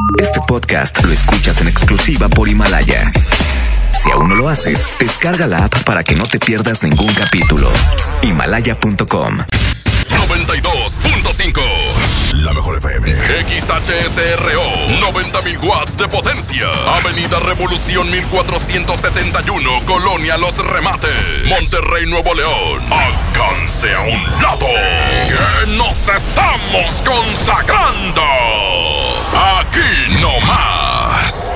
Este podcast lo escuchas en exclusiva por Himalaya. Si aún no lo haces, descarga la app para que no te pierdas ningún capítulo. Himalaya.com 92.5 La mejor FM. XHSRO 90.000 watts de potencia. Avenida Revolución 1471, Colonia Los Remates, Monterrey, Nuevo León. Alcance a un lado, que nos estamos consagrando. Aquí no más.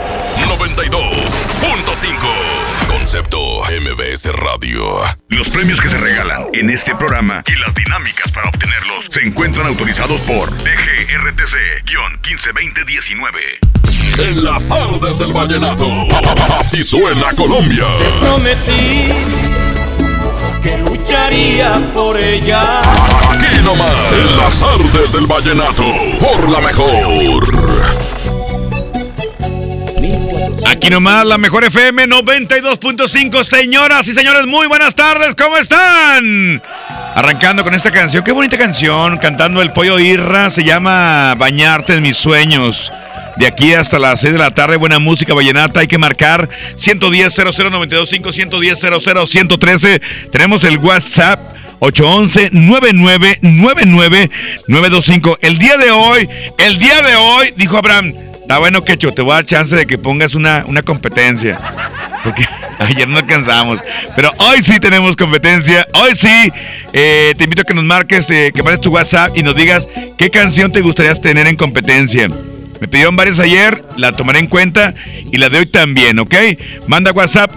92.5 Concepto MBS Radio. Los premios que se regalan en este programa y las dinámicas para obtenerlos se encuentran autorizados por DGRTC-152019. En las tardes del vallenato, así suena Colombia. Te prometí que lucharía por ella. Aquí nomás, en las tardes del vallenato, por la mejor. Aquí nomás, la mejor FM 92.5. Señoras y señores, muy buenas tardes, ¿cómo están? Arrancando con esta canción, qué bonita canción, cantando el Pollo Irra, se llama Bañarte en mis sueños. De aquí hasta las 6 de la tarde, buena música vallenata, hay que marcar 110-00-925, 110-00-113. Tenemos el WhatsApp 811-9999-925. El día de hoy, dijo Abraham, está bueno, Quecho, te voy a dar chance de que pongas una competencia, porque ayer no alcanzamos, pero hoy sí tenemos competencia, hoy sí. Te invito a que nos marques, que mandes tu WhatsApp y nos digas qué canción te gustaría tener en competencia. Me pidieron varias ayer, la tomaré en cuenta y la de hoy también, ¿ok? Manda WhatsApp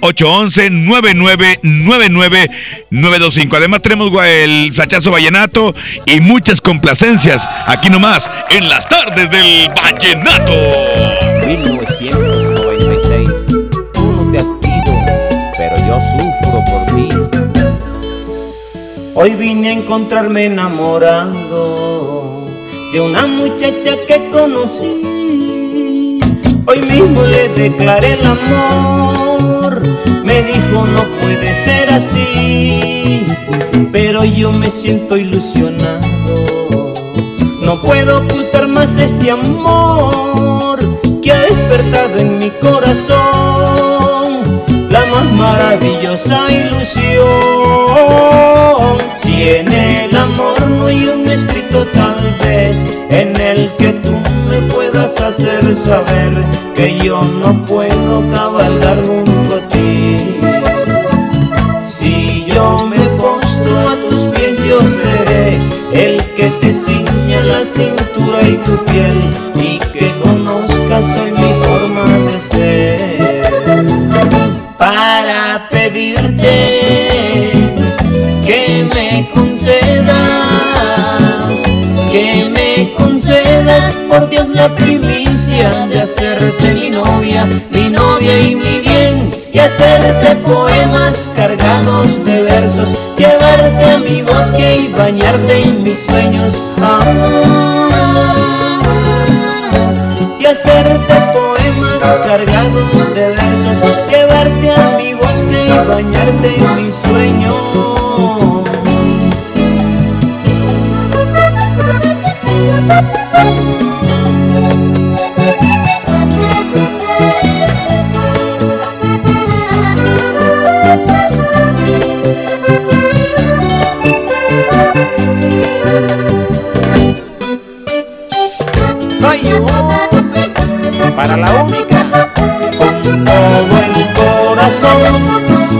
811-9999-925. Además tenemos el flachazo vallenato y muchas complacencias aquí nomás en las tardes del vallenato. 1996, tú no te has ido, pero yo sufro por ti. Hoy vine a encontrarme enamorado de una muchacha que conocí. Hoy mismo le declaré el amor. Me dijo no puede ser así, pero yo me siento ilusionado. No puedo ocultar más este amor que ha despertado en mi corazón la más maravillosa ilusión. Si en el amor no hay un escrito tal vez en el que tú me puedas hacer saber que yo no puedo cabalgar junto a ti. Si yo me postro a tus pies, yo seré el que te ciña la cintura y tu piel, y que conozcas hoy mi forma de ser. Para pedirte que me concedas, por Dios, la primicia de hacerte mi novia y mi bien, y hacerte poemas cargados de versos, llevarte a mi bosque y bañarte en mis sueños, y hacerte poemas cargados de versos, llevarte a mi bosque y bañarte en mis sueños. Para la única, con todo el corazón.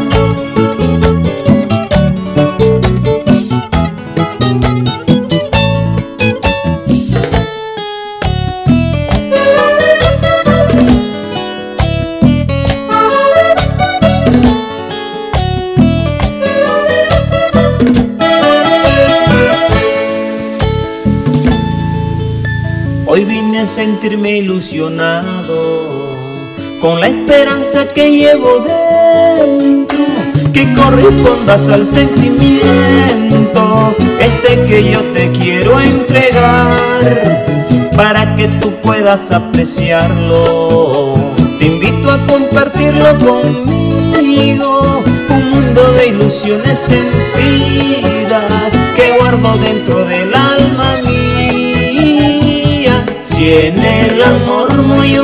Hoy vine a sentirme ilusionado con la esperanza que llevo dentro, que correspondas al sentimiento que yo te quiero entregar para que tú puedas apreciarlo. Te invito a compartirlo conmigo, un mundo de ilusiones sentidas que guardo dentro del alma mía. Si en el amor no hay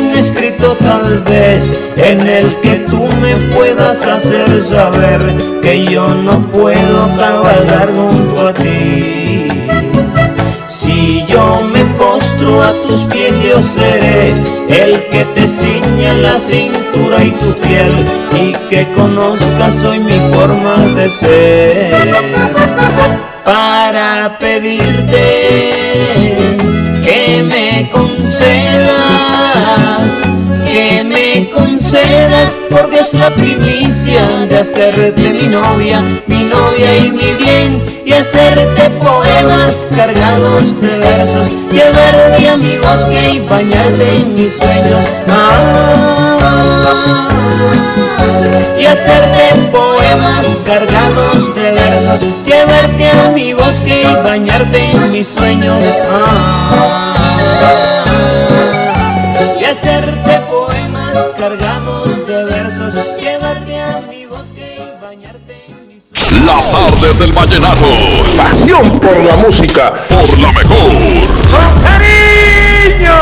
vez en el que tú me puedas hacer saber que yo no puedo cabalgar junto a ti. Si yo me postro a tus pies, yo seré el que te ciña la cintura y tu piel, y que conozcas hoy mi forma de ser, para pedirte que me concedas, por Dios, la primicia de hacerte mi novia y mi bien, y hacerte poemas cargados de versos, llevarte a mi bosque y bañarte en mis sueños, y hacerte poemas cargados de versos, llevarte a mi bosque y bañarte en mis sueños, y hacerte poemas cargados de versos, llevarte a mi bosque y bañarte en mis sueños. Las tardes del vallenato. Pasión por la música. Por la mejor. ¡Con cariño!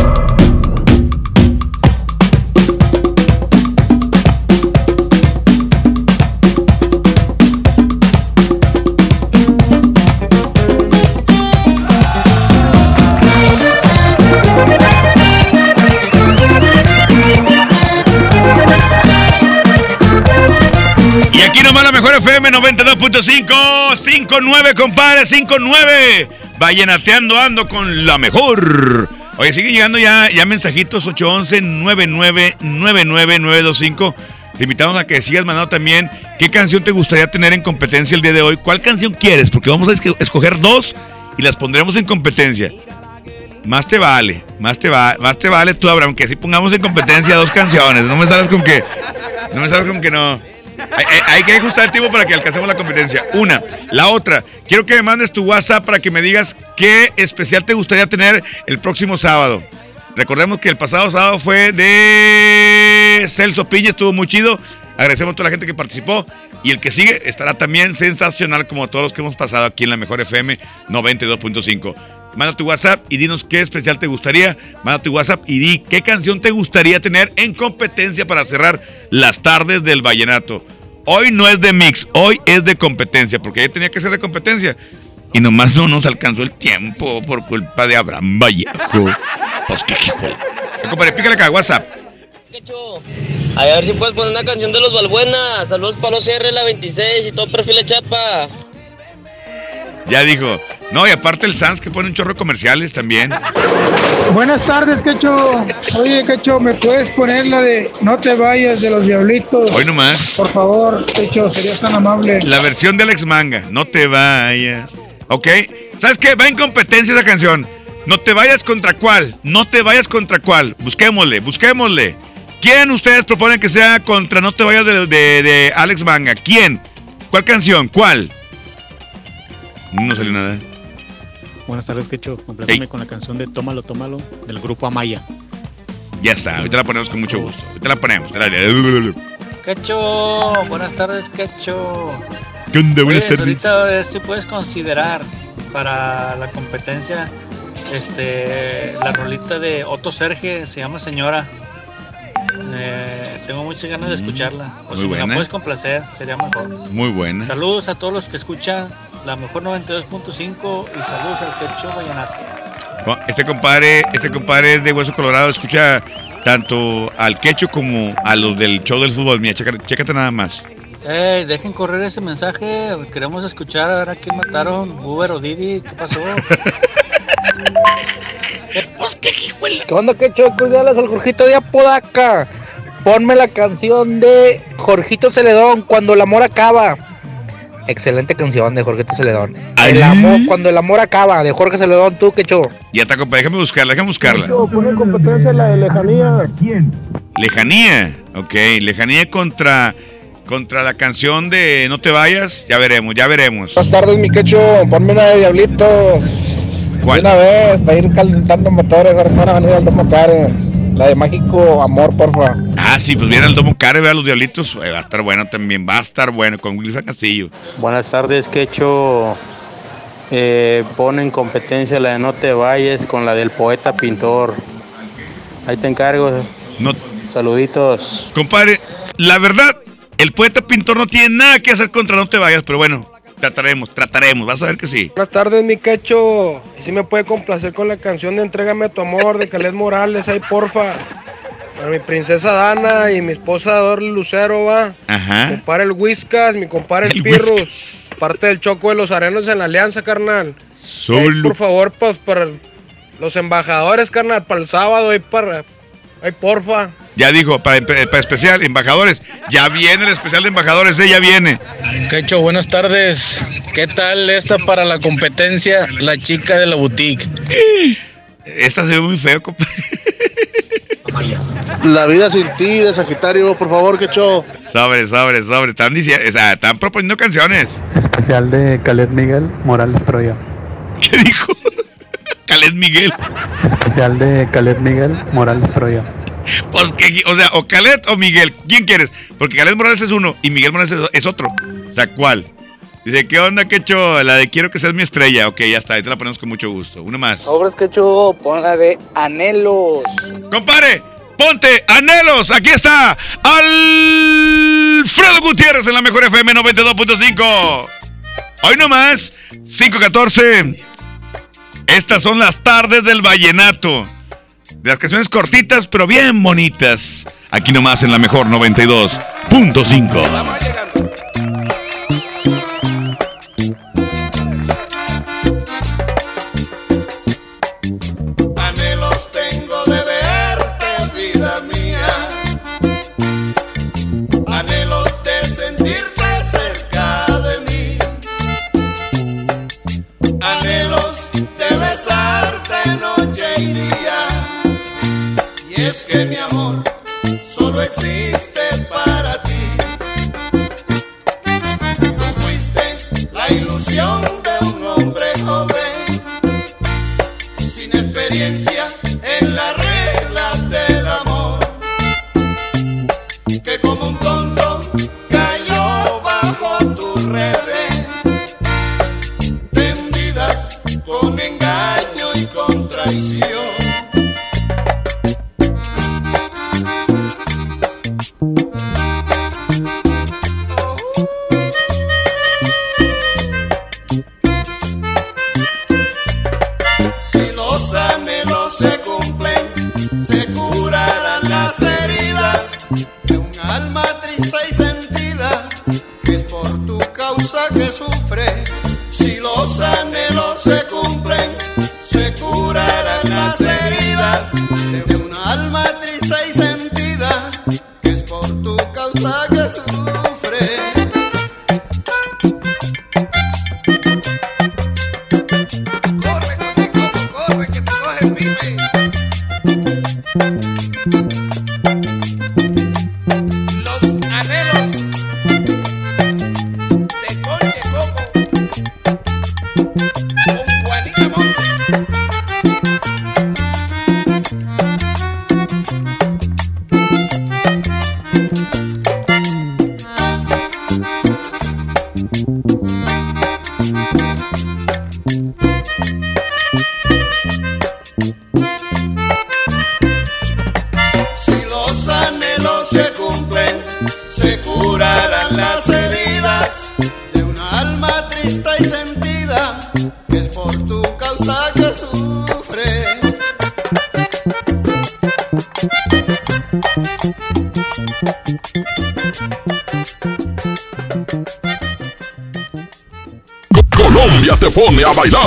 Y aquí nomás la mejor FM 92.5, 59, compadre, 59. Vallenateando ando con la mejor. Oye, siguen llegando ya mensajitos, 811-9999-925. Te invitamos a que sigas mandando también qué canción te gustaría tener en competencia el día de hoy. ¿Cuál canción quieres? Porque vamos a escoger dos y las pondremos en competencia. Más te vale tú, Abraham, que así pongamos en competencia dos canciones. No me salgas con que no. Hay que ajustar el tiempo para que alcancemos la competencia. Una. La otra, quiero que me mandes tu WhatsApp para que me digas qué especial te gustaría tener el próximo sábado. Recordemos que el pasado sábado fue de Celso Piña, estuvo muy chido. Agradecemos a toda la gente que participó. Y el que sigue estará también sensacional, como todos los que hemos pasado aquí en la mejor FM 92.5. Manda tu WhatsApp y dinos qué especial te gustaría. Manda tu WhatsApp y di qué canción te gustaría tener en competencia para cerrar las tardes del vallenato. Hoy no es de mix, hoy es de competencia, porque ayer tenía que ser de competencia. Y nomás no nos alcanzó el tiempo por culpa de Abraham Vallejo. Pues qué híjole. Compadre, pícale acá, WhatsApp. A ver si puedes poner una canción de los Balbuena. Saludos para los CR la 26 y todo perfil de Chapa. Ya dijo. No, y aparte el Sans que pone un chorro de comerciales también. Buenas tardes, Quecho. Oye, Quecho, ¿me puedes poner la de No te vayas de los Diablitos? Hoy nomás. Por favor, Quecho, serías tan amable. La versión de Alex Manga, No te vayas. ¿Ok? ¿Sabes qué? Va en competencia esa canción. No te vayas contra cuál. No te vayas contra cuál. Busquémosle. ¿Quién ustedes proponen que sea contra No te vayas de Alex Manga? ¿Quién? ¿Cuál canción? ¿Cuál? No salió nada. Buenas tardes, Quecho. Compláceme con la canción de Tómalo, Tómalo, del grupo Amaya. Ya está, ahorita la ponemos con mucho gusto. Ahorita la ponemos. Quecho, buenas tardes, Quecho. ¿Qué onda? Buenas tardes. Ahorita a ver si puedes considerar para la competencia la rolita de Otto Serge, se llama Señora. Tengo muchas ganas de escucharla. O si me la puedes complacer, sería mejor. Muy buena. Saludos a todos los que escuchan la mejor 92.5 y saludos al Quecho Vallenato. Este compadre es de Hueso Colorado, escucha tanto al Quecho como a los del show del fútbol. Mira, chécate nada más. Dejen correr ese mensaje, queremos escuchar a ver a quién mataron, Uber o Didi, ¿qué pasó? ¿Qué onda, Quecho? Cuídales al Jorgito de Apodaca. Ponme la canción de Jorgito Celedón, Cuando el amor acaba. Excelente canción de Jorgito Celedón. Cuando el amor acaba, de Jorge Celedón, tú, Quecho. Ya está, compadre, déjame buscarla. Quecho, pone competencia la de Lejanía. ¿Quién? Lejanía, ok. Lejanía contra la canción de No te vayas. Ya veremos. Buenas tardes, mi Quecho. Ponme una de Diablitos. ¿Cuál? Una vez, para ir calentando motores, ahora van a venir al Domo Care. La de Mágico Amor, porfa. Ah, sí, pues viene al Domo Care, vea los Diablitos. Va a estar bueno también, con Wilson Castillo. Buenas tardes, Quecho. Pon en competencia la de No te vayas con la del Poeta Pintor. Ahí te encargo. Saluditos. Compadre, la verdad, el poeta pintor no tiene nada que hacer contra No Te Vayas, pero bueno, trataremos, vas a ver que sí. Buenas tardes, mi Quecho. Y si me puede complacer con la canción de Entrégame tu amor de Caled Morales, ahí porfa. Para mi princesa Dana y mi esposa Dorly Lucero, va. Ajá. Mi compadre el Whiskas, mi compadre el Pirrus. Parte del Choco de los Arenos en la Alianza, carnal. Ahí, por favor, pues para los embajadores, carnal, para el sábado, ahí porfa. Ya dijo, para especial, embajadores. Ya viene el especial de embajadores, ya viene. Quecho, buenas tardes. ¿Qué tal esta para la competencia, la chica de la boutique? Esta se ve muy feo, compadre. La vida sin ti, de Sagitario, por favor, Quecho. Sobre. Están diciendo, o sea, están proponiendo canciones. Especial de Caled Miguel Morales Troya. ¿Qué dijo? Caled Miguel. Especial de Caled Miguel Morales Troya. Pues que, o sea, o Caled o Miguel, ¿quién quieres? Porque Caled Morales es uno y Miguel Morales es otro. O sea, ¿cuál? Dice, ¿qué onda, Quecho? La de Quiero que seas mi estrella. Ok, ya está, ahí te la ponemos con mucho gusto. Una más. Sobres, Quecho, pon la de Anhelos. Compadre, ponte Anhelos. Aquí está Alfredo Gutiérrez en la mejor FM 92.5. Hoy nomás, 5:14. Estas son las tardes del vallenato. De las canciones cortitas, pero bien bonitas. Aquí nomás en la mejor 92.5. Anhelos tengo de verte, vida mía. Anhelos de sentirte cerca de mí. Anhelos de besarte noche y día. Y es que mi amor solo existe para ti. Tú fuiste la ilusión de un hombre joven, sin experiencia en las reglas del amor, que como un tonto cayó bajo tus redes, tendidas con engaño y con traición. Que sufre, si los anhelos se cumplen, se curarán las heridas de un alma triste y sentida, que es por tu causa que sufre. Corre, corre, que te coge el pibe. Los anhelos Colombia te pone a bailar.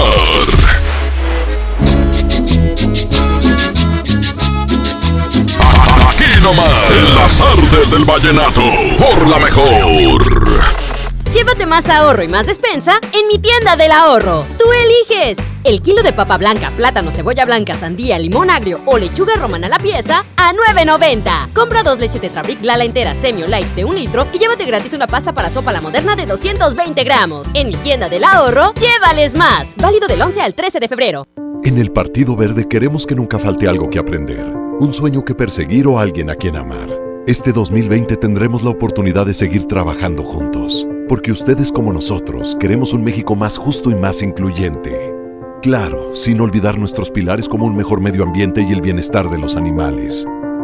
Aquí nomás, en las tardes del vallenato, por la mejor. Llévate más ahorro y más despensa en mi tienda del ahorro. Tú eliges. El kilo de papa blanca, plátano, cebolla blanca, sandía, limón agrio o lechuga romana a la pieza a $9.90. Compra 2 leche Tetrabric Lala entera Semi o Light de 1 litro y llévate gratis una pasta para sopa La Moderna de 220 gramos. En mi tienda del ahorro, llévales más. Válido del 11 al 13 de febrero. En el Partido Verde queremos que nunca falte algo que aprender, un sueño que perseguir o alguien a quien amar. Este 2020 tendremos la oportunidad de seguir trabajando juntos, porque ustedes como nosotros queremos un México más justo y más incluyente. Claro, sin olvidar nuestros pilares como un mejor medio ambiente y el bienestar de los animales.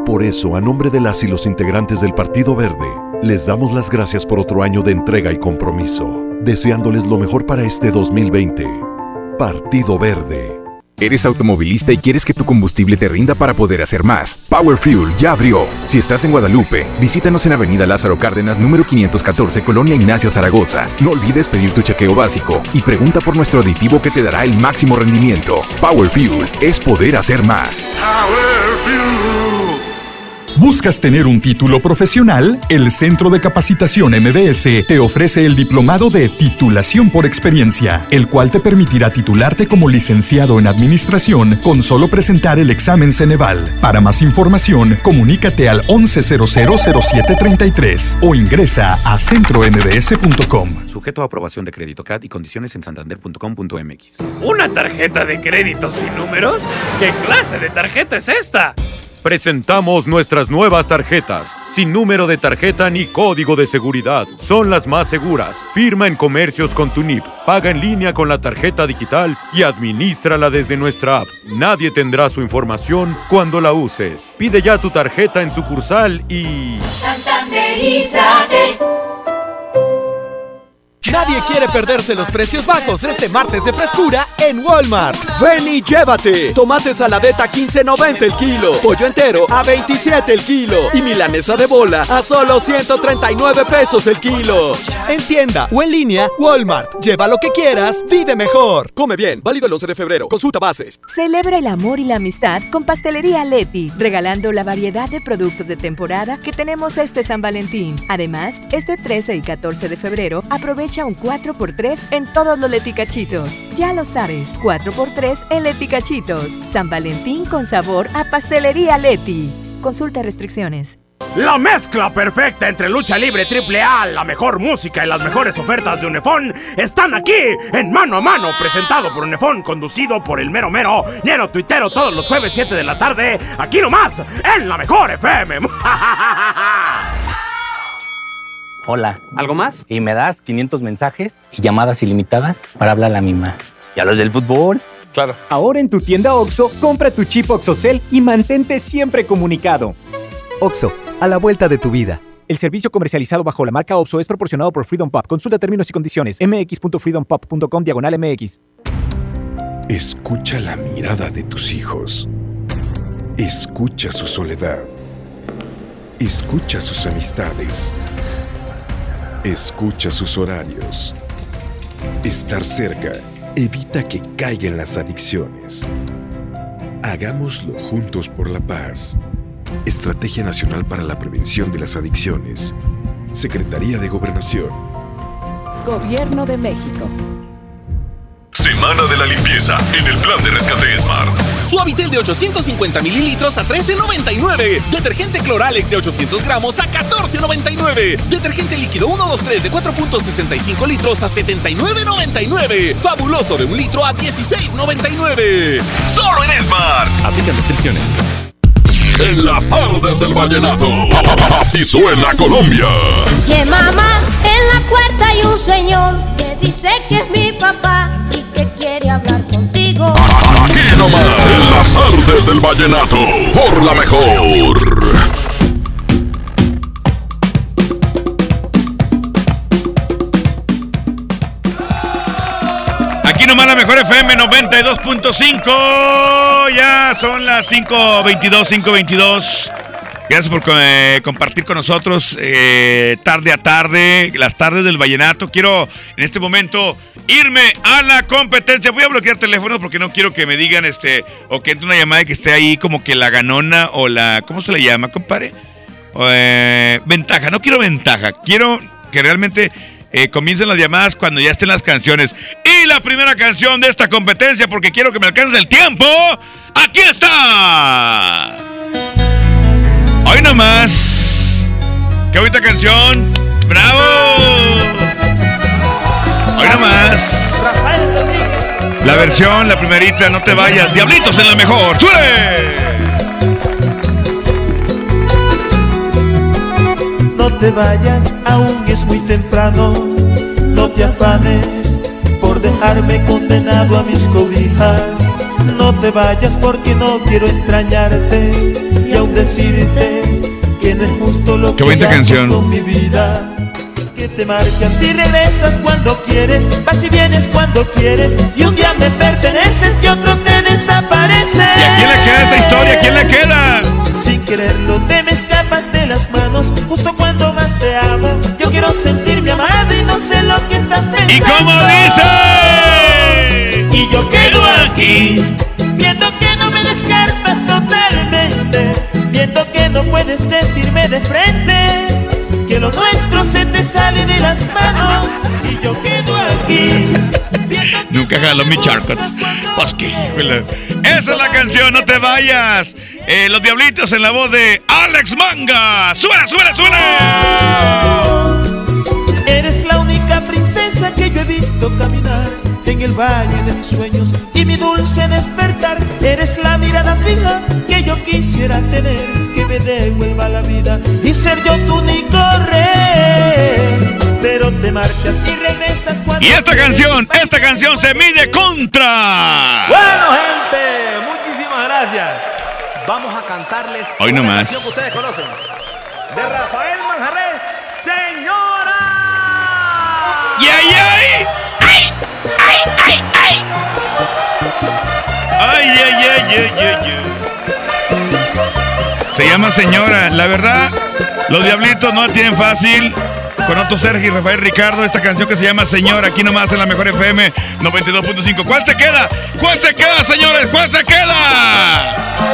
Por eso, a nombre de las y los integrantes del Partido Verde, les damos las gracias por otro año de entrega y compromiso, deseándoles lo mejor para este 2020. Partido Verde. ¿Eres automovilista y quieres que tu combustible te rinda para poder hacer más? Power Fuel ya abrió. Si estás en Guadalupe, visítanos en Avenida Lázaro Cárdenas, número 514, Colonia Ignacio Zaragoza. No olvides pedir tu chequeo básico y pregunta por nuestro aditivo que te dará el máximo rendimiento. Power Fuel es poder hacer más. Power Fuel. ¿Buscas tener un título profesional? El Centro de Capacitación MBS te ofrece el diplomado de titulación por experiencia, el cual te permitirá titularte como licenciado en administración con solo presentar el examen Ceneval. Para más información, comunícate al 11000733 o ingresa a centrombs.com. Sujeto a aprobación de crédito CAT y condiciones en santander.com.mx. ¿Una tarjeta de crédito sin números? ¿Qué clase de tarjeta es esta? Presentamos nuestras nuevas tarjetas, sin número de tarjeta ni código de seguridad. Son las más seguras. Firma en comercios con tu NIP, paga en línea con la tarjeta digital y adminístrala desde nuestra app. Nadie tendrá su información cuando la uses. Pide ya tu tarjeta en sucursal y... Santanderízate. Nadie quiere perderse los precios bajos este martes de frescura en Walmart. Ven y llévate. Tomate saladeta 15.90 el kilo. Pollo entero a 27 el kilo. Y milanesa de bola a solo 139 pesos el kilo. En tienda o en línea, Walmart. Lleva lo que quieras, vive mejor. Come bien, válido el 11 de febrero. Consulta bases. Celebra el amor y la amistad con Pastelería Leti, regalando la variedad de productos de temporada que tenemos este San Valentín. Además, este 13 y 14 de febrero, aprovecha un 4x3 en todos los Leticachitos. Ya lo sabes, 4x3 en Leticachitos. San Valentín con sabor a Pastelería Leti. Consulta restricciones. La mezcla perfecta entre lucha libre AAA, la mejor música y las mejores ofertas de Unefón están aquí en Mano a Mano, presentado por Unefón, conducido por el mero mero, lleno tuitero todos los jueves 7 de la tarde, aquí nomás, en la mejor FM. Hola. ¿Algo más? ¿Y me das 500 mensajes y llamadas ilimitadas para hablar a la misma? ¿Y a los del fútbol? Claro. Ahora en tu tienda OXXO, compra tu chip OXXOCEL y mantente siempre comunicado. OXXO, a la vuelta de tu vida. El servicio comercializado bajo la marca OXXO es proporcionado por Freedom Pop. Consulta términos y condiciones. mx.freedompop.com/MX. Escucha la mirada de tus hijos. Escucha su soledad. Escucha sus amistades. Escucha sus horarios. Estar cerca evita que caigan las adicciones. Hagámoslo juntos por la paz. Estrategia Nacional para la Prevención de las Adicciones. Secretaría de Gobernación. Gobierno de México. Semana de la limpieza en el plan de rescate Smart. Suavitel de 850 mililitros a $13.99. Detergente Cloralex de 800 gramos a $14.99. Detergente líquido 123 de 4.65 litros a $79.99. Fabuloso de 1 litro a $16.99. Solo en Smart. Aplican restricciones. En las tardes del vallenato. Así suena Colombia. Que mamá, en la puerta hay un señor que dice que es mi papá y que quiere hablar contigo. Aquí nomás, en las tardes del vallenato, por la mejor. Aquí nomás la mejor FM 92.5. Ya son las 5:22. Gracias por compartir con nosotros tarde a tarde, las tardes del vallenato. Quiero en este momento irme a la competencia. Voy a bloquear teléfonos porque no quiero que me digan o que entre una llamada que esté ahí como que la ganona o la, ¿cómo se le llama, compadre? Ventaja, no quiero ventaja. Quiero que realmente comiencen las llamadas cuando ya estén las canciones. Y la primera canción de esta competencia, porque quiero que me alcance el tiempo. ¡Aquí está! Hoy nomás. ¡Qué bonita canción! ¡Bravo! Hoy nomás. La versión, la primerita, no te vayas. Diablitos en la mejor. ¡Sube! No te vayas, aún es muy temprano. No te afanes por dejarme condenado a mis cobijas. No te vayas porque no quiero extrañarte. Y aún decirte que no es justo lo Qué que bonita haces canción. con mi vida. Que te marchas y regresas cuando quieres, vas y vienes cuando quieres, y un día me perteneces y otro te desapareces. ¿Y a quién le queda esa historia? ¿A quién le queda? Sin quererlo te me escapas de las manos, justo cuando más te amo. Yo quiero sentirme amado y no sé lo que estás pensando. ¿Y cómo dice? Y yo quedo aquí, viendo que no me descartas totalmente, viendo que no puedes decirme de frente que lo nuestro se te sale de las manos. Y yo quedo aquí. Nunca jaló mi charcots. Pues qué híjole. Esa es la canción, no te vayas. Los Diablitos en la voz de Alex Manga. ¡Súbela, súbela, súbela! Eres la única princesa que yo he visto caminar en el valle de mis sueños y mi dulce despertar. Eres la mirada fija que yo quisiera tener, que me devuelva la vida y ser yo tu único rey. Pero te marchas y regresas cuando... Y esta canción se mide contra... Bueno, gente, muchísimas gracias. Vamos a cantarles Hoy no una más. canción que ustedes conocen, de Rafael Manjarrés, Señora. ¡Ay, ay! ¡Ay, ay, ay, ay! ¡Ay, ay, ay, ay, ay, ay! Se llama Señora. La verdad, los Diablitos no la tienen fácil. Con Otto Sergio y Rafael Ricardo, esta canción que se llama Señora, aquí nomás en la Mejor FM 92.5. ¿Cuál se queda? ¿Cuál se queda, señores? ¿Cuál se queda?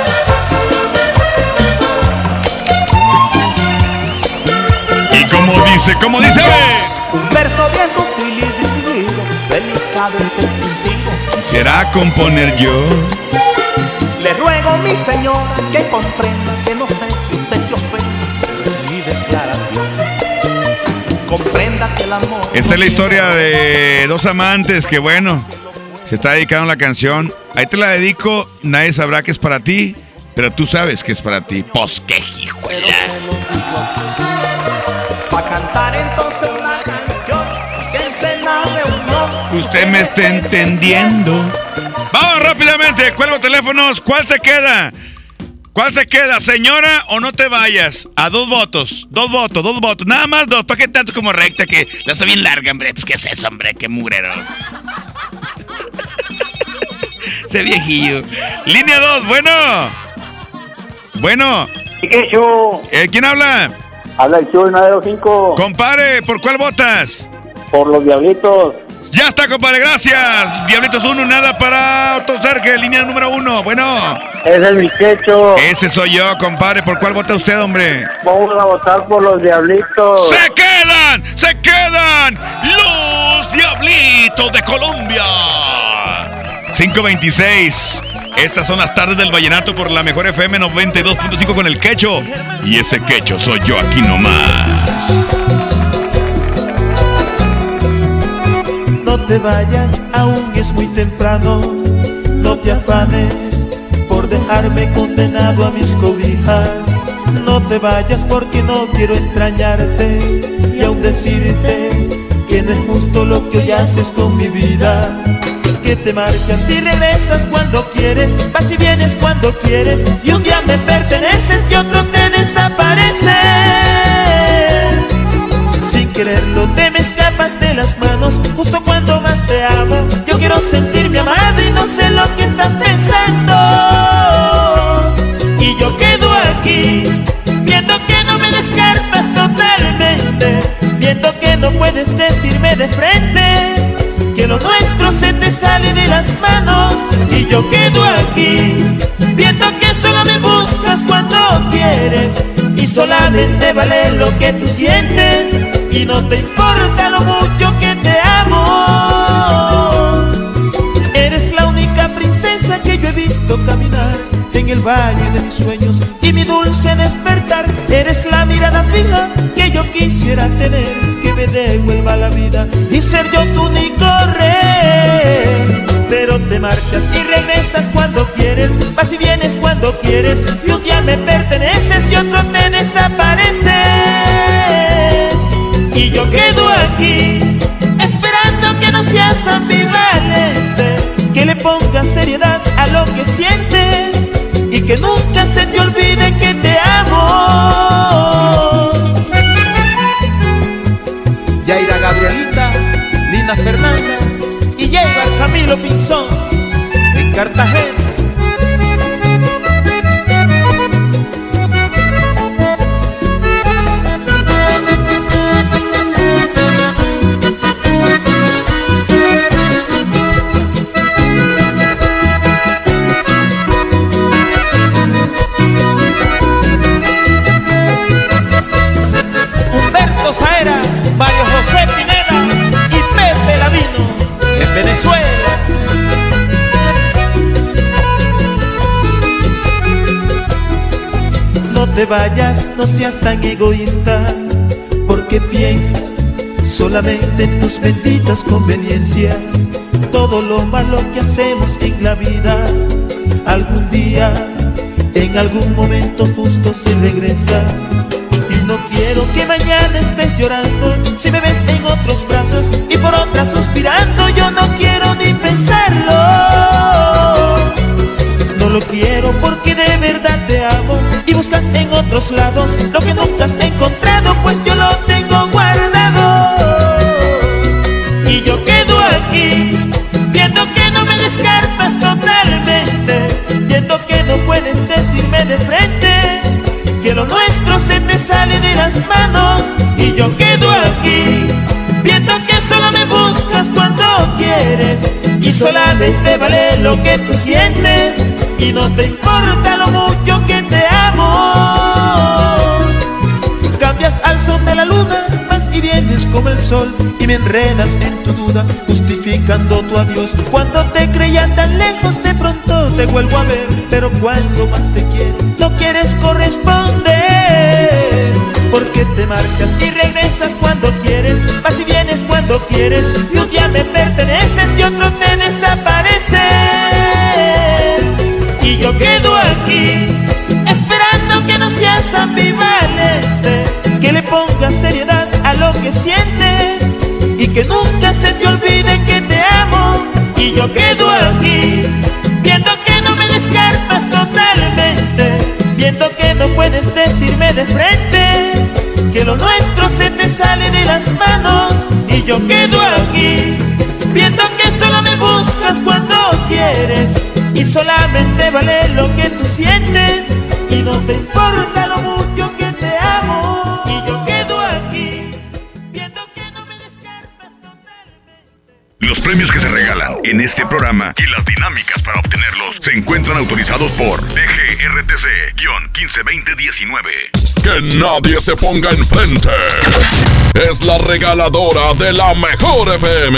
Y como dice, Un verso bien sutil y dividido, delicado y sensitivo. quisiera componer yo. Le ruego, mi señora, que comprenda que no sé si usted se ofende de mi declaración. Comprenda que el amor... Esta es la historia de dos amantes que, bueno, se está dedicando la canción. Ahí te la dedico, nadie sabrá que es para ti, pero tú sabes que es para ti. Pues qué hijuela. Para cantar entonces una canción que entre la reunión... Usted me está entendiendo. Vamos rápidamente, cuelgo teléfonos. ¿Cuál se queda? ¿Cuál se queda, señora o no te vayas? A dos votos, nada más dos. ¿Para qué tanto como recta que la hace bien larga, hombre? Pues qué es eso, hombre, qué mugrero. Ese viejillo. Línea 2, bueno. ¿Qué show? ¿Quién habla? Habla el show 905. Compadre, ¿por cuál votas? Por los Diablitos. Ya está, compadre, gracias. Diablitos 1, nada para Otto Sergio, línea número 1. Bueno. Ese es mi quecho. Ese soy yo, compadre. ¿Por cuál vota usted, hombre? Vamos a votar por los Diablitos. ¡Se quedan! ¡Los Diablitos de Colombia! 5:26. Estas son las tardes del vallenato por la Mejor FM 92.5 con el quecho. Y ese quecho soy yo aquí nomás. No te vayas, aún es muy temprano. No te afanes por dejarme condenado a mis cobijas. No te vayas porque no quiero extrañarte y aún decirte que no es justo lo que hoy haces con mi vida. Que te marchas y regresas cuando quieres, vas y vienes cuando quieres, y un día me perteneces y otro te desapareces. Sin quererlo te me escapas de las manos, justo cuando más te amo. Yo quiero sentirme amado y no sé lo que estás pensando. Y yo quedo aquí, viendo que no me descartas totalmente, viendo que no puedes decirme de frente que lo nuestro se te sale de las manos. Y yo quedo aquí, viendo que solo me buscas cuando quieres, y solamente vale lo que tú sientes, y no te importa lo mucho que te amo. Eres la única princesa que yo he visto caminar en el valle de mis sueños y mi dulce despertar. Eres la mirada fija que yo quisiera tener, que me devuelva la vida y ser yo tu único rey. Pero te marchas y regresas cuando quieres, vas y vienes cuando quieres, y un día me perteneces y otro te desapareces. Y yo quedo aquí, esperando que no seas ambivalente, que le pongas seriedad a lo que sientes, y que nunca se te olvide que te Emilio Pinzón en Cartagena. Humberto Saera, Mario José Pineda y Pepe Lavino en Venezuela. No te vayas, no seas tan egoísta, porque piensas solamente en tus benditas conveniencias. Todo lo malo que hacemos en la vida, algún día, en algún momento justo se regresa. Y no quiero que mañana estés llorando si me ves en otros brazos y por otras suspirando. Yo no quiero ni pensarlo. No lo quiero porque de verdad te amo y buscas en otros lados lo que nunca has encontrado, pues yo lo tengo guardado. Y yo quedo aquí viendo que no me descartas totalmente, viendo que no puedes decirme de frente que lo nuestro se te sale de las manos. Y yo quedo aquí viendo que solo me buscas cuando quieres y solamente vale lo que tú sientes y no te importa lo mucho que te amo. Cambias al son de la luna, vas y vienes como el sol y me enredas en tu duda, justificando tu adiós. Cuando te creía tan lejos, de pronto te vuelvo a ver, pero cuando más te quiero, no quieres corresponder. Porque te marcas y regresas cuando quieres, vas y vienes cuando quieres, y un día me perteneces y otro te desapareces. Y yo quedo aquí esperando que no seas ambivalente, que le pongas seriedad a lo que sientes y que nunca se te olvide que te amo. Y yo quedo aquí viendo que no me descartas totalmente, viendo que no puedes decirme de frente que lo nuestro se te sale de las manos. Y yo quedo aquí viendo que solo me buscas cuando quieres y solamente vale lo que tú sientes y no te importa lo mucho que te amo. Y yo quedo aquí viendo que no me descartas totalmente. Los premios que se regalan en este programa y las dinámicas para obtenerlos se encuentran autorizados por DGRTC-152019. Que nadie se ponga enfrente. Es la regaladora de la mejor FM.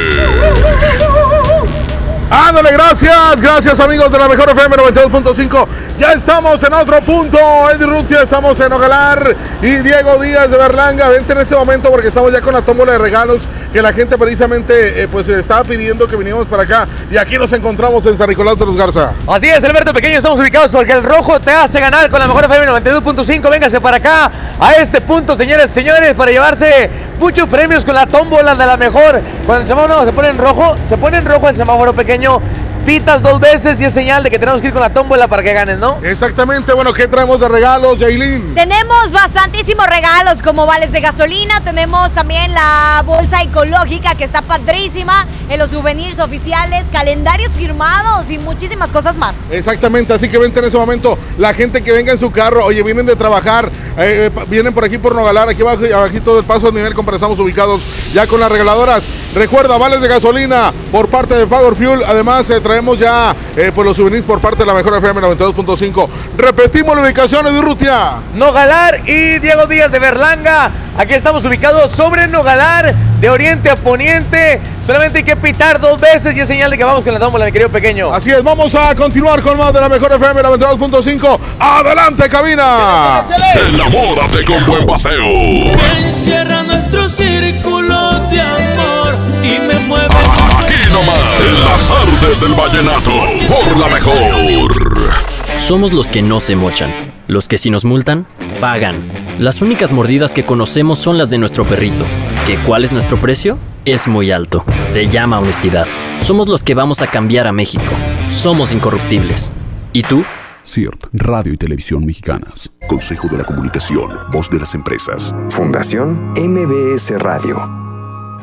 Ándale, gracias amigos de la mejor FM 92.5. Ya estamos en otro punto. Eddie Rutia, estamos en Nogalar y Diego Díaz de Berlanga. Vente en este momento porque estamos ya con la tómbola de regalos que la gente precisamente pues estaba pidiendo que viniéramos para acá. Y aquí nos encontramos en San Nicolás de los Garza. Así es, Alberto Pequeño, estamos ubicados porque el rojo te hace ganar con la mejor FM 92.5. Véngase para acá a este punto, señores y señores, para llevarse muchos premios con la tómbola de la mejor. Cuando el semáforo se pone en rojo el semáforo pequeño, pitas 2 veces y es señal de que tenemos que ir con la tómbola para que ganes, ¿no? Exactamente. Bueno, ¿qué traemos de regalos, Yailin? Tenemos bastantísimos regalos, como vales de gasolina, tenemos también la bolsa ecológica que está padrísima, en los souvenirs oficiales, calendarios firmados y muchísimas cosas más. Exactamente, así que vente en ese momento, la gente que venga en su carro, oye, vienen de trabajar, vienen por aquí por Nogalar, aquí abajo, abajito del paso de nivel, como estamos ubicados ya con las regaladoras. Recuerda, vales de gasolina por parte de Power Fuel, además traemos ya pues los souvenirs por parte de la mejor FM 92.5. Repetimos la ubicación de Urrutia, Nogalar y Diego Díaz de Berlanga. Aquí estamos ubicados sobre Nogalar, de oriente a poniente. Solamente hay que pitar 2 veces y es señal de que vamos con la tómbola, mi querido Pequeño. Así es, vamos a continuar con más de la mejor FM 92.5. ¡Adelante, cabina! Enamórate con buen paseo. Encierra nuestro círculo de amor y me mueve. Aquí nomás, en las artes del vallenato, por la mejor. Somos los que no se mochan, los que si nos multan, pagan. Las únicas mordidas que conocemos son las de nuestro perrito. ¿Que cuál es nuestro precio? Es muy alto. Se llama honestidad. Somos los que vamos a cambiar a México. Somos incorruptibles. ¿Y tú? CIRT, Radio y Televisión Mexicanas. Consejo de la Comunicación, voz de las empresas. Fundación MBS Radio.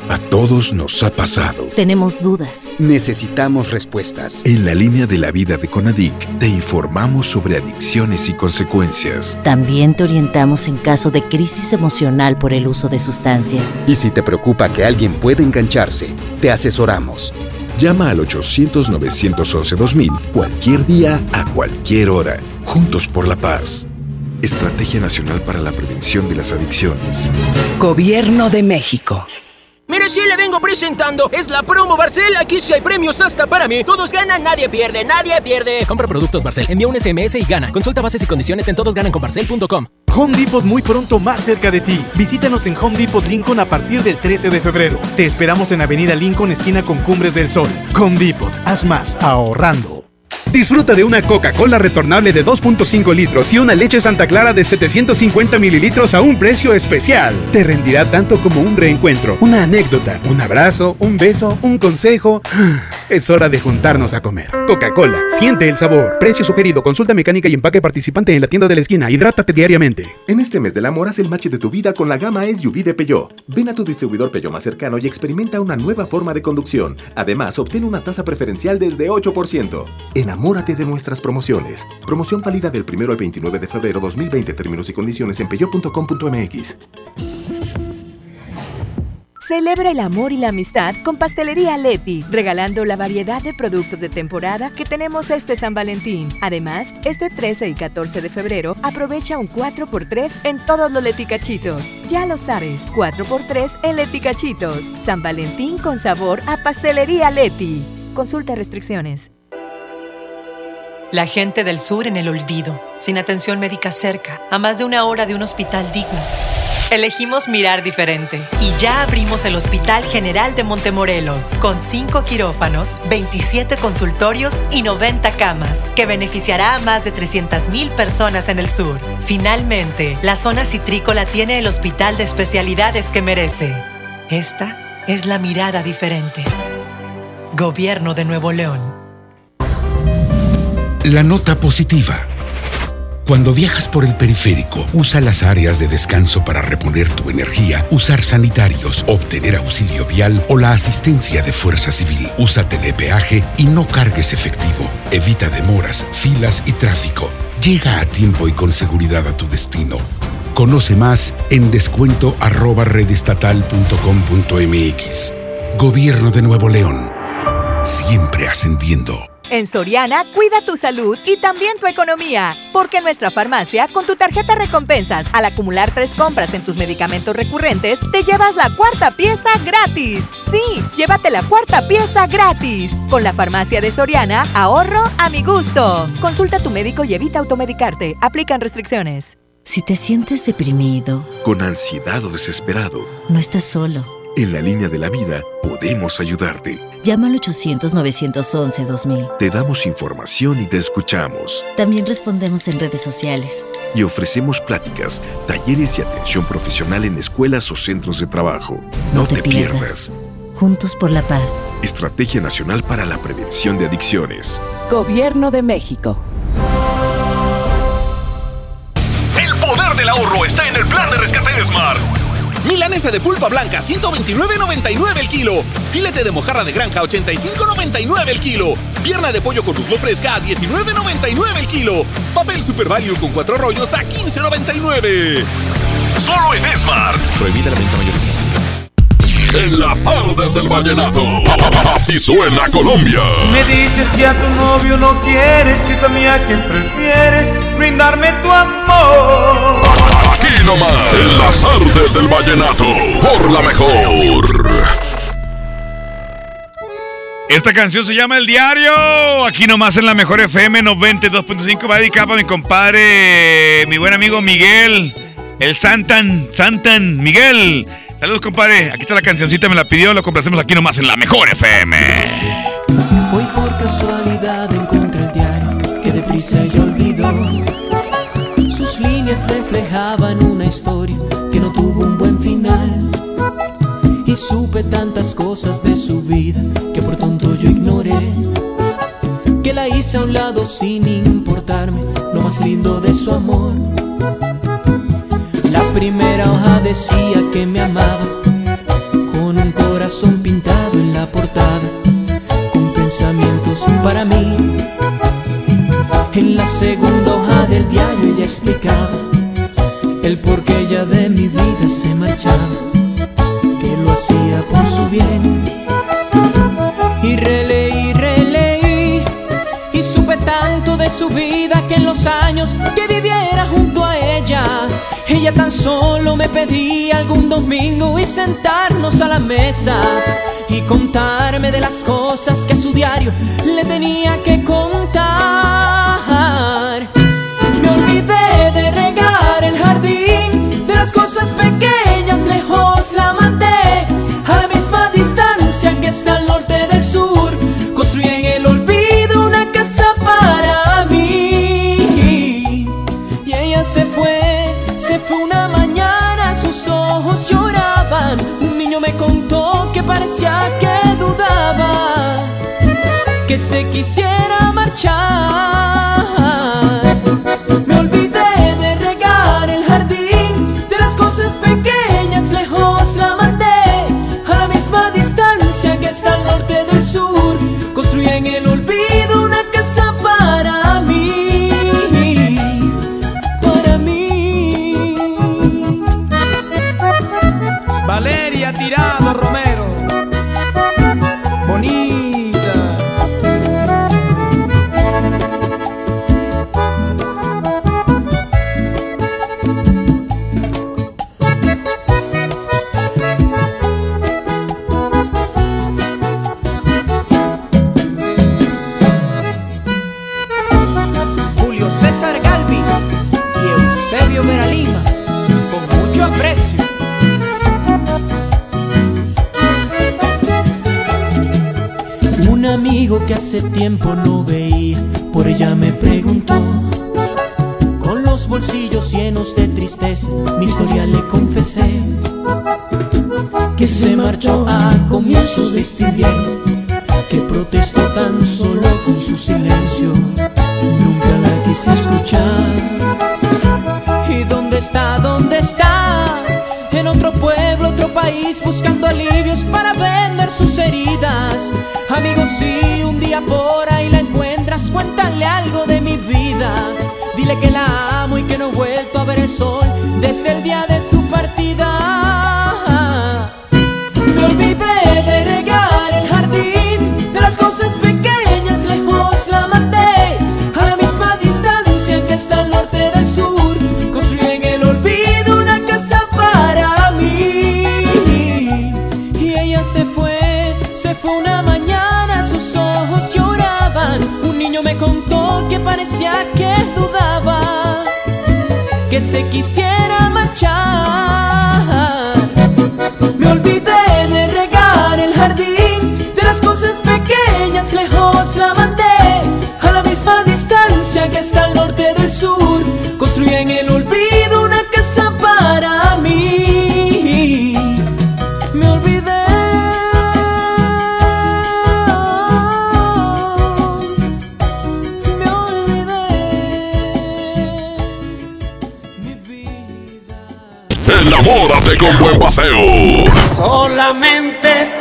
A todos nos ha pasado. Tenemos dudas. Necesitamos respuestas. En la línea de la vida de CONADIC te informamos sobre adicciones y consecuencias. También te orientamos en caso de crisis emocional por el uso de sustancias. Y si te preocupa que alguien pueda engancharse, te asesoramos. Llama al 800-911-2000 cualquier día, a cualquier hora. Juntos por la paz. Estrategia Nacional para la Prevención de las Adicciones. Gobierno de México. Mire, sí le vengo presentando. Es la promo Barcel. Aquí sí hay premios hasta para mí. Todos ganan, nadie pierde, nadie pierde. Compra productos Barcel, envía un SMS y gana. Consulta bases y condiciones en todosgananconbarcel.com. Home Depot muy pronto más cerca de ti. Visítanos en Home Depot Lincoln a partir del 13 de febrero. Te esperamos en Avenida Lincoln, esquina con Cumbres del Sol. Home Depot, haz más ahorrando. Disfruta de una Coca-Cola retornable de 2.5 litros y una leche Santa Clara de 750 mililitros a un precio especial. Te rendirá tanto como un reencuentro, una anécdota, un abrazo, un beso, un consejo. Es hora de juntarnos a comer. Coca-Cola, siente el sabor. Precio sugerido, consulta mecánica y empaque participante en la tienda de la esquina. Hidrátate diariamente. En este mes del amor, haz el match de tu vida con la gama SUV de Peugeot. Ven a tu distribuidor Peugeot más cercano y experimenta una nueva forma de conducción. Además, obtén una tasa preferencial desde 8%. Enamórate de nuestras promociones. Promoción válida del 1 al 29 de febrero 2020. Términos y condiciones en peugeot.com.mx. Celebra el amor y la amistad con Pastelería Leti, regalando la variedad de productos de temporada que tenemos este San Valentín. Además, este 13 y 14 de febrero, aprovecha un 4x3 en todos los Leticachitos. Ya lo sabes, 4x3 en Leticachitos. San Valentín con sabor a Pastelería Leti. Consulta restricciones. La gente del sur en el olvido, sin atención médica cerca, a más de una hora de un hospital digno. Elegimos mirar diferente y ya abrimos el Hospital General de Montemorelos con 5 quirófanos, 27 consultorios y 90 camas, que beneficiará a más de 300,000 personas en el sur. Finalmente, la zona citrícola tiene el hospital de especialidades que merece. Esta es la mirada diferente. Gobierno de Nuevo León. La nota positiva. Cuando viajas por el periférico, usa las áreas de descanso para reponer tu energía, usar sanitarios, obtener auxilio vial o la asistencia de Fuerza Civil. Usa telepeaje y no cargues efectivo. Evita demoras, filas y tráfico. Llega a tiempo y con seguridad a tu destino. Conoce más en descuento@redestatal.com.mx. Gobierno de Nuevo León. Siempre ascendiendo. En Soriana, cuida tu salud y también tu economía. Porque en nuestra farmacia, con tu tarjeta recompensas, al acumular 3 compras en tus medicamentos recurrentes, te llevas la 4ª pieza gratis. Sí, llévate la 4ª pieza gratis. Con la farmacia de Soriana, ahorro a mi gusto. Consulta a tu médico y evita automedicarte. Aplican restricciones. Si te sientes deprimido, con ansiedad o desesperado, no estás solo. En la línea de la vida podemos ayudarte. Llama al 800-911-2000. Te damos información y te escuchamos. También respondemos en redes sociales. Y ofrecemos pláticas, talleres y atención profesional en escuelas o centros de trabajo. No te pierdas. Juntos por la paz. Estrategia Nacional para la Prevención de Adicciones. Gobierno de México. El poder del ahorro está en el plan de rescate Smart. Milanesa de pulpa blanca, 129.99 el kilo. Filete de mojarra de granja, 85.99 el kilo. Pierna de pollo con muslo fresca, a 19.99 el kilo. Papel Super Value con 4 rollos a 15.99. Solo en Smart. Prohibida la venta mayorista. En las tardes del vallenato, así suena Colombia. Me dices que a tu novio no quieres, que es a mí a quien prefieres brindarme tu amor. Aquí nomás, en las tardes del vallenato, por la mejor. Esta canción se llama El Diario. Aquí nomás en la mejor FM 92.5. Va dedicada para mi compadre, mi buen amigo Miguel. El Santan Miguel. Saludos, compadre. Aquí está la cancioncita, me la pidió. Lo complacemos aquí nomás en la mejor FM. Hoy por casualidad encontré el diario que deprisa ella olvidó. Sus líneas reflejaban una historia que no tuvo un buen final. Y supe tantas cosas de su vida que por tonto yo ignoré, que la hice a un lado sin importarme lo más lindo de su amor. La primera hoja decía que me amaba con un corazón corazón pintado en la portada, con pensamientos para mí. En la segunda hoja del diario ella explicaba el por qué ella de mi vida se marchaba, que lo hacía por su bien. Y releí, y supe tanto de su vida que en los años que viviera junto a ella tan solo me pedía algún domingo y sentarnos a la mesa y contarme de las cosas que a su diario le tenía que contar. Me olvidé de regar el jardín, de las cosas pequeñas lejos la mandé, a la misma distancia que está al norte del sur. Construí en el olvido una casa para mí y ella se fue una mañana, sus ojos lloraban. Un niño me contó que parecía que dudaba, que se quisiera marchar. Me olvidé de regar el jardín, de las cosas pequeñas lejos la mandé, a la misma distancia que está al norte del sur. Construí en el olvido una casa para mí. Valeria Tirado Romero, bonita. Julio César Galvis y Eusebio Meralima, con mucho aprecio. Un amigo que hace tiempo no veía, por ella me preguntó, con los bolsillos llenos de tristeza, mi historia le confesé, que se marchó a comienzos de este invierno, que protestó tan solo con su silencio, nunca la quise escuchar. ¿Y dónde está? ¿Dónde está? En otro pueblo, otro país, buscando alivios para vender sus heridas. Amigos, si un día por ahí la encuentras, cuéntale algo de mi vida. Dile que la amo y que no he vuelto a ver el sol desde el día de su partida. Me olvidé de regar el jardín, de las cosas pequeñas lejos la mandé, a la misma distancia que está al norte del sur. Construí en el olvido una casa para mí y ella se fue una mañana, sus ojos lloraban. Un niño me contó que parecía que dudaba, que se quisiera marchar. Me olvidé de regar el jardín, de las cosas pequeñas lejos la mandé, a la misma distancia que está al norte del sur. Construí en el olvido una casa para mí. Me olvidé. Enamórate con Buen Paseo. Solamente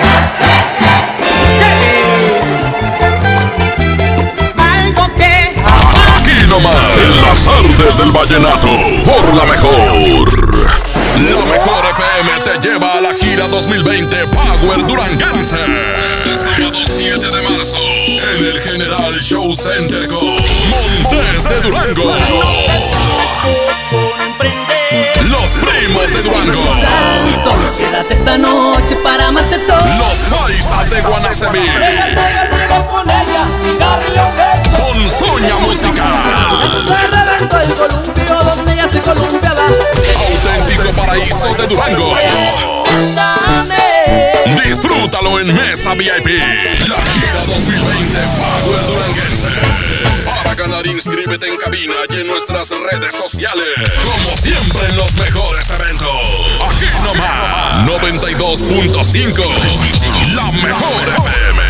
algo que aquí nomás, en las artes del vallenato, por la mejor. La Mejor FM te lleva a la gira 2020 Power Duranguense. Este sábado 7 de marzo en el General Show Center con Montes de Durango. Los Primos de Durango. Solo quédate esta noche para amarte todo. Los Paisas de Guanacemí. Ponzoña Musical. El columpio donde ya se columpiaba. Auténtico Paraíso de Durango. Disfrútalo en Mesa VIP. La gira 2020 Power Duranguense. Para ganar, inscríbete en cabina y en nuestras redes sociales. Como siempre en los mejores eventos. Aquí nomás 92.5. La Mejor FM.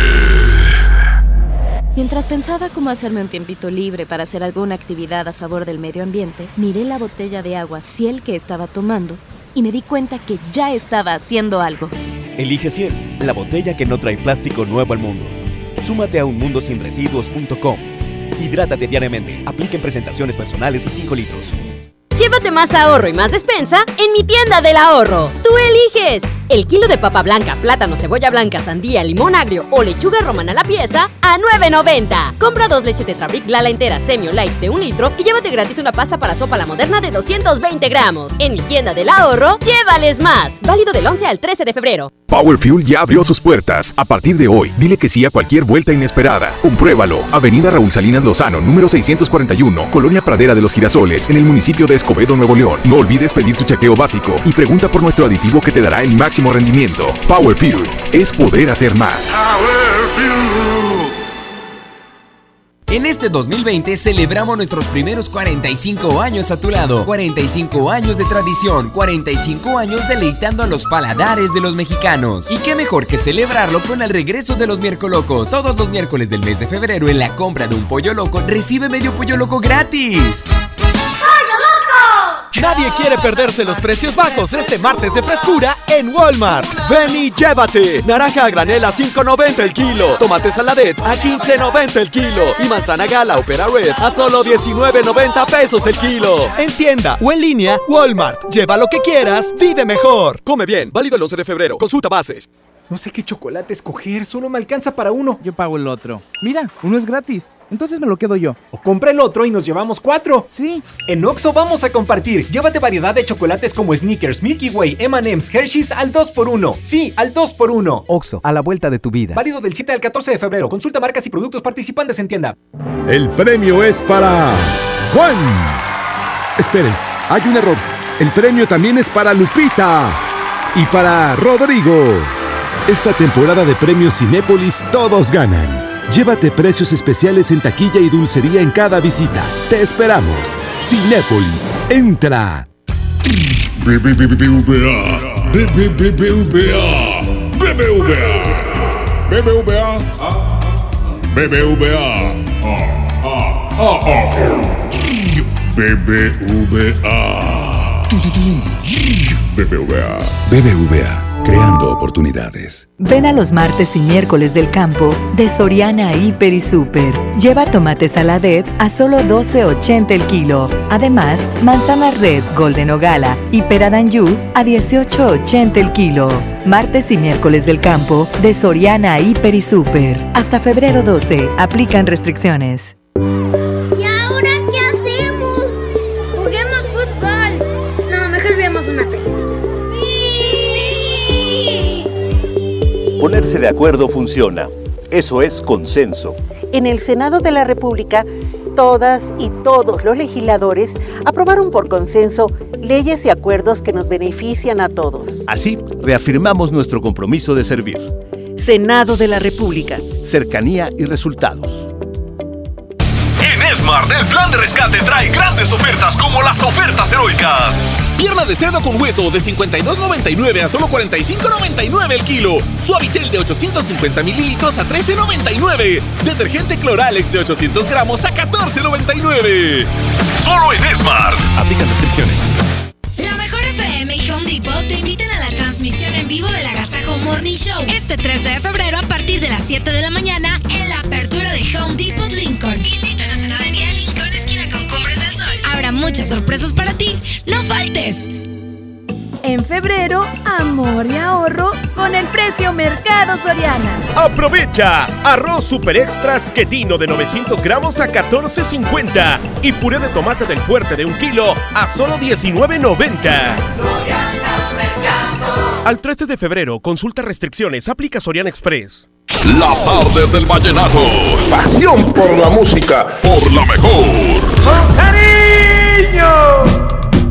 Mientras pensaba cómo hacerme un tiempito libre para hacer alguna actividad a favor del medio ambiente, miré la botella de agua Ciel que estaba tomando y me di cuenta que ya estaba haciendo algo. Elige 100, la botella que no trae plástico nuevo al mundo. Súmate a unmundosinresiduos.com. Hidrátate diariamente. Apliquen presentaciones personales y 5 litros. Llévate más ahorro y más despensa en mi tienda del ahorro. Tú eliges. El kilo de papa blanca, plátano, cebolla blanca, sandía, limón agrio o lechuga romana a la pieza a $9.90. Compra 2 leche Tetrabric Lala entera semi o light de 1 litro y llévate gratis una pasta para sopa La Moderna de 220 gramos. En mi tienda del ahorro, llévales más. Válido del 11 al 13 de febrero. Power Fuel ya abrió sus puertas. A partir de hoy, dile que sí a cualquier vuelta inesperada. Compruébalo. Avenida Raúl Salinas Lozano, número 641, Colonia Pradera de los Girasoles, en el municipio de Escobedo, Nuevo León. No olvides pedir tu chequeo básico y pregunta por nuestro aditivo que te dará el máximo rendimiento. Power Fuel es poder hacer más. Power Fuel. En este 2020 celebramos nuestros primeros 45 años a tu lado. 45 años de tradición, 45 años deleitando a los paladares de los mexicanos. Y qué mejor que celebrarlo con el regreso de los Miércolocos. Todos los miércoles del mes de febrero, en la compra de un pollo loco, recibe medio pollo loco gratis. Nadie quiere perderse los precios bajos este martes de frescura en Walmart. Ven y llévate. Naranja a granel a $5.90 el kilo. Tomate saladet a $15.90 el kilo. Y manzana gala o pera red a solo $19.90 pesos el kilo. En tienda o en línea, Walmart. Lleva lo que quieras, vive mejor. Come bien. Válido el 11 de febrero. Consulta bases. No sé qué chocolate escoger, solo me alcanza para uno. Yo pago el otro. Mira, uno es gratis. Entonces me lo quedo yo. O compra el otro y nos llevamos 4. Sí. En Oxxo vamos a compartir. Llévate variedad de chocolates como Snickers, Milky Way, M&M's, Hershey's al 2x1. Sí, al 2x1. Oxxo, a la vuelta de tu vida. Válido del 7 al 14 de febrero. Consulta marcas y productos participantes en tienda. El premio es para Juan. Esperen, hay un error. El premio también es para Lupita y para Rodrigo. Esta temporada de premios Cinépolis todos ganan. Llévate precios especiales en taquilla y dulcería en cada visita. Te esperamos. Cinépolis, entra. BBVA. BBVA, creando oportunidades. Ven a los martes y miércoles del campo de Soriana Hiper y Super. Lleva tomate saladet a solo $12.80 el kilo. Además, manzana red, golden o gala y pera d'Anjou a $18.80 el kilo. Martes y miércoles del campo de Soriana Hiper y Super. Hasta febrero 12. Aplican restricciones. ¿Y ahora qué hacemos? Juguemos fútbol. No, mejor veamos una película. Ponerse de acuerdo funciona. Eso es consenso. En el Senado de la República, todas y todos los legisladores aprobaron por consenso leyes y acuerdos que nos benefician a todos. Así, reafirmamos nuestro compromiso de servir. Senado de la República. Cercanía y resultados. En Smart, el plan de rescate trae grandes ofertas como las ofertas heroicas. Pierna de cerdo con hueso de $52.99 a solo $45.99 el kilo. Suavitel de 850 mililitros a $13.99. Detergente Cloralex de 800 gramos a $14.99. Solo en Smart. Aplican restricciones. La Mejor FM y Home Depot te invitan a la transmisión en vivo del Agasajo Morning Show este 13 de febrero a partir de las 7 de la mañana en la apertura de Home Depot Lincoln. Visítanos en Avenida Lincoln, esquina con Cumbres del Sol. Habrá muchas sorpresas para ti. ¡No faltes! En febrero, amor y ahorro con el precio Mercado Soriana. ¡Aprovecha! Arroz Super Extras Quetino de 900 gramos a $14.50 y puré de tomate del Fuerte de 1 kilo a solo $19.90. Al 13 de febrero, consulta restricciones, aplica Soriana Express. Las tardes del vallenato. Pasión por la música, por la mejor. ¡Con cariño!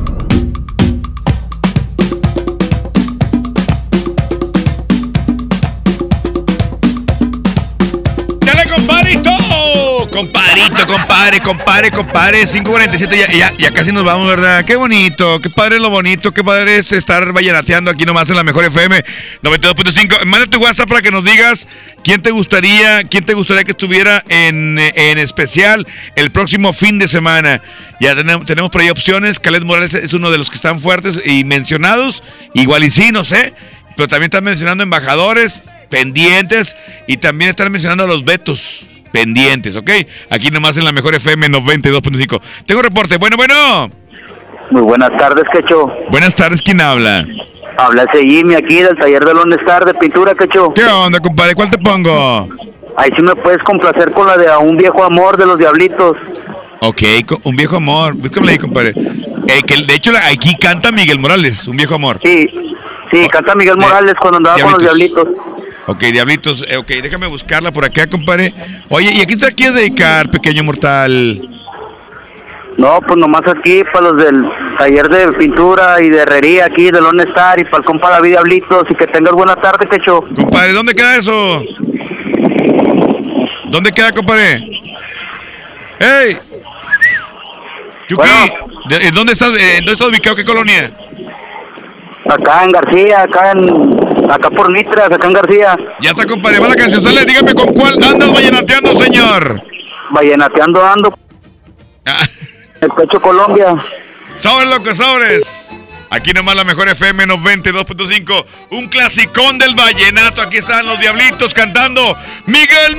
Compadre, 5:47, ya casi nos vamos, ¿verdad? Qué bonito, qué padre es lo bonito, qué padre es estar vallenateando aquí nomás en la Mejor FM 92.5. Manda tu WhatsApp para que nos digas quién te gustaría que estuviera en especial el próximo fin de semana. Ya tenemos por ahí opciones. Caled Morales es uno de los que están fuertes y mencionados, igual y sí, no sé. pero también están mencionando embajadores pendientes y también están mencionando a los vetos pendientes, ¿ok? Aquí nomás en la mejor FM 92.5. Tengo reporte. Bueno. Muy buenas tardes, Quecho. Buenas tardes, ¿quién habla? Habla ese Jimmy aquí del taller de Lone Star de pintura, Quecho. ¿Qué onda, compadre? ¿Cuál te pongo? Ahí sí me puedes complacer con la de A un viejo amor de los Diablitos. Ok, un viejo amor. Búscame ahí, compadre. Que de hecho aquí canta Miguel Morales, Un viejo amor. Sí, canta Miguel Morales cuando andaba con los Diablitos. Ok, Diablitos. Ok, déjame buscarla por acá, compadre. Oye, ¿y aquí te la quieres dedicar, pequeño mortal? No, pues nomás aquí para los del taller de pintura y de herrería aquí de Lone Star y para el compa David Diablitos y que tengas buena tarde, Quecho. Compadre, ¿dónde queda eso? ¿Dónde queda, compadre? ¡Ey! Yuki, bueno. ¿Dónde estás ubicado? ¿Qué colonia? Acá en García, acá por Nitras, acá en García. Ya está, compadre, va la canción, sale, dígame con cuál andas vallenateando, señor. Vallenateando ando. El Pecho Colombia. Sobres, loco, sobres. Aquí nomás la mejor FM 92.5. Un clasicón del vallenato. Aquí están los Diablitos cantando Miguel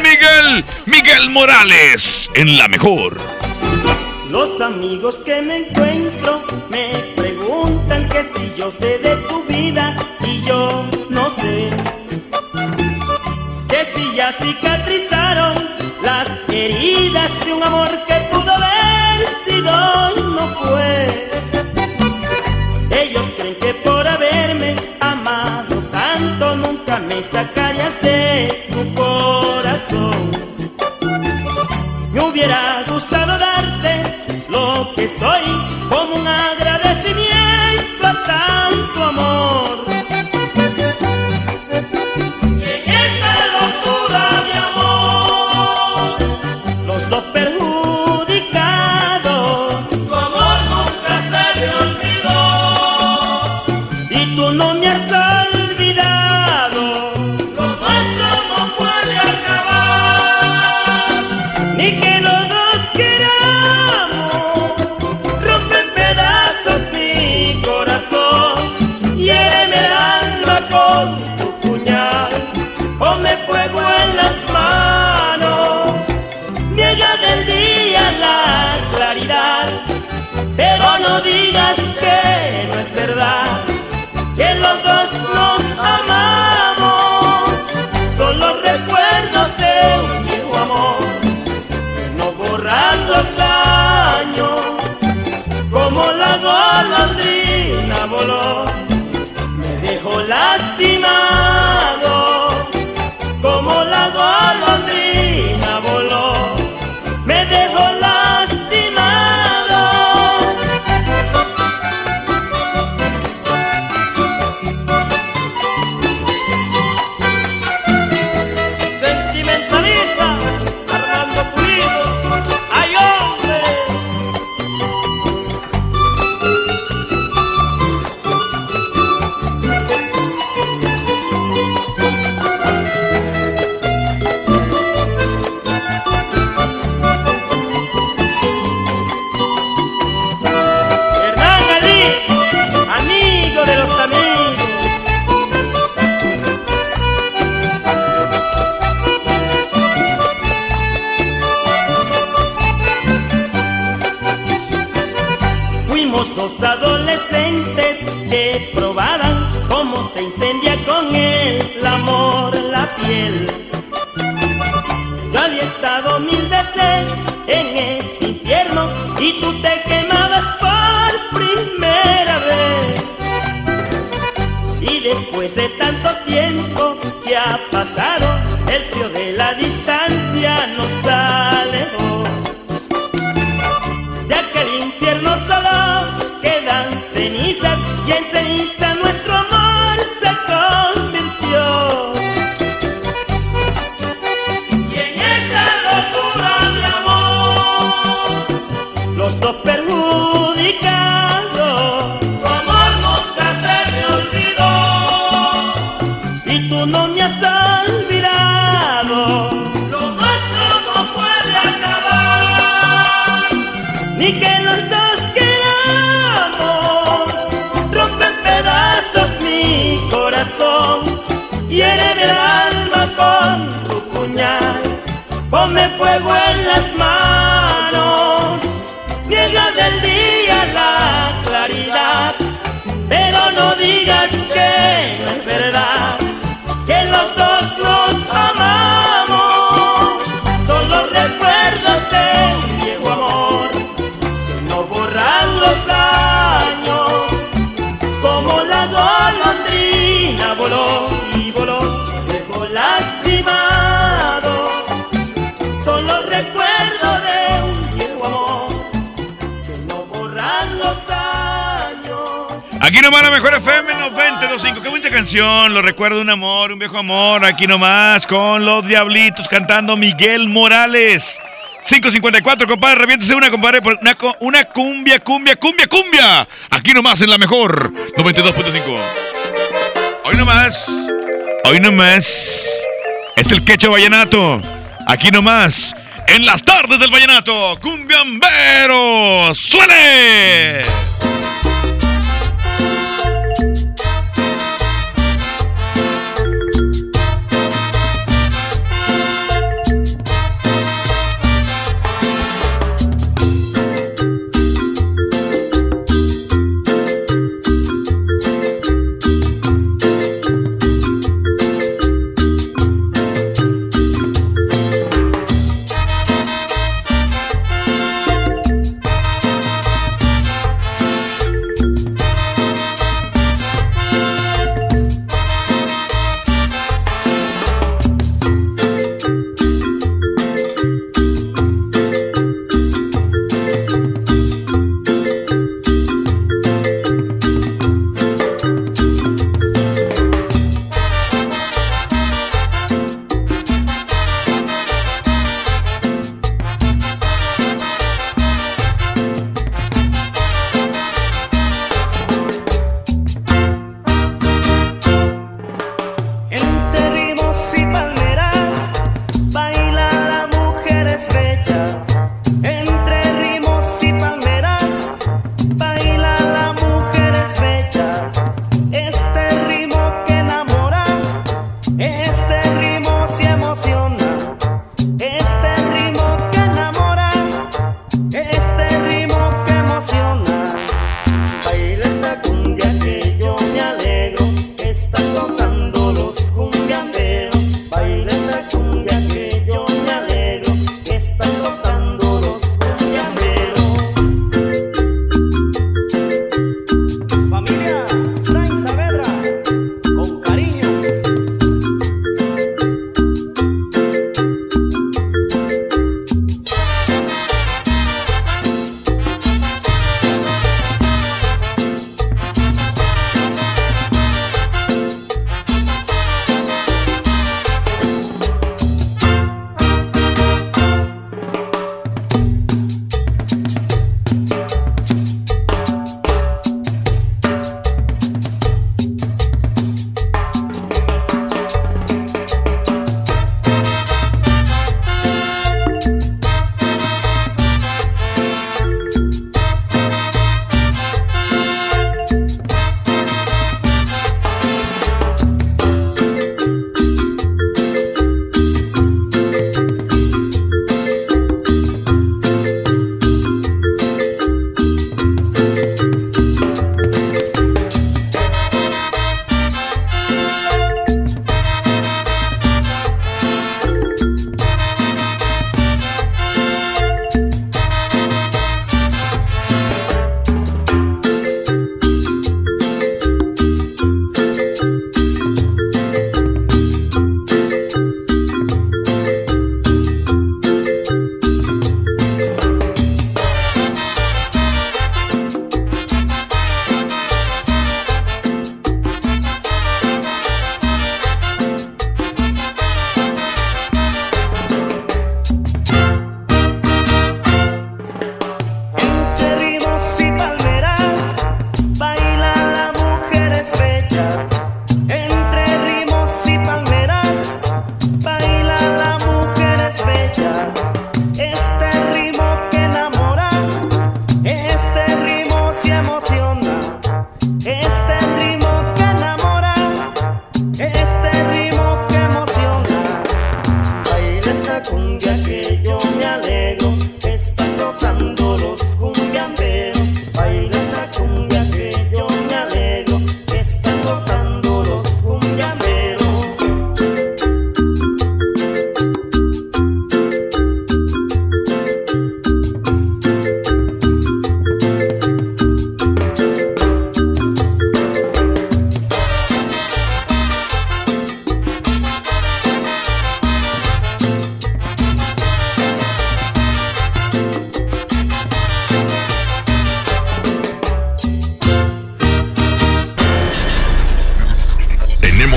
Morales en la mejor. Los amigos que me encuentro me preguntan que si yo sé de tu vida y yo no sé. Que si ya cicatrizaron las heridas de un amor que pudo haber sido no fue. Ellos creen que por haberme amado tanto nunca me sacarías de tu corazón. Me hubiera gustado darte lo que soy como un agradecimiento a tanto amor. Y en esa locura de amor, los dos perjudicados, tu amor nunca se me olvidó. Y tú no me has olvidado, lo nuestro no puede acabar. Ni que los dos queramos romper en pedazos mi corazón. Hiéreme el alma con tu puñal, ponme fuego en las manos. Niega del día la claridad, pero no digas que no es verdad, que los dos nos amamos. Son los recuerdos de un viejo amor, no borran los años, como la golondrina voló. Me dejó lastimado, como la golondrina voló. Me dejó lastimado. Sentimentaliza, Armando Pulido. ¡Ay, hombre! Hernán Alice, amigo de los amigos. Fuimos dos adolescentes que probaban cómo se incendia con el amor la piel. Yo había estado 1000 veces en ese infierno y tú te quemabas por primera vez. Y después de tanto tiempo que ha pasado, el frío de la distancia nos alejó. De aquel infierno solo quedan cenizas y en ceniza nuestro amor se convirtió. Y en esa locura de amor, los dos perjudicados, tu amor nunca se me olvidó. Y tú no me has olvidado, lo nuestro no puede acabar. Ni que los dos queramos fuego en las manos. Llega del día la claridad, pero no digas que no es verdad, que los dos nos amamos. Son los recuerdos de un viejo amor, que no borran los años. Como la golondrina voló y voló, se dejó lastimado. Son los recuerdos de un viejo amor, que no borran los años. Aquí nomás la mejor FM 92.5. Qué bonita canción. Lo recuerdo de un amor, un viejo amor. Aquí nomás con los Diablitos cantando Miguel Morales. 5:54, compadre. Reviéntese una, compadre. Una cumbia. Aquí nomás en la mejor 92.5. Hoy nomás. Es el Quecho Vallenato. Aquí nomás. En las tardes del vallenato. ¡Cumbiambero! ¡Suele!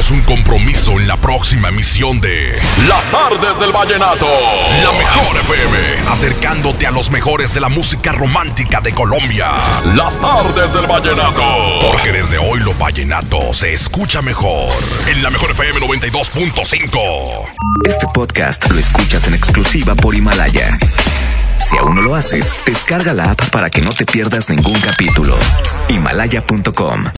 tenemos un compromiso en la próxima emisión de Las Tardes del Vallenato. La mejor FM, acercándote a los mejores de la música romántica de Colombia. Las Tardes del Vallenato. Porque desde hoy lo vallenato se escucha mejor. En la mejor FM 92.5. Este podcast lo escuchas en exclusiva por Himalaya. Si aún no lo haces, descarga la app para que no te pierdas ningún capítulo. Himalaya.com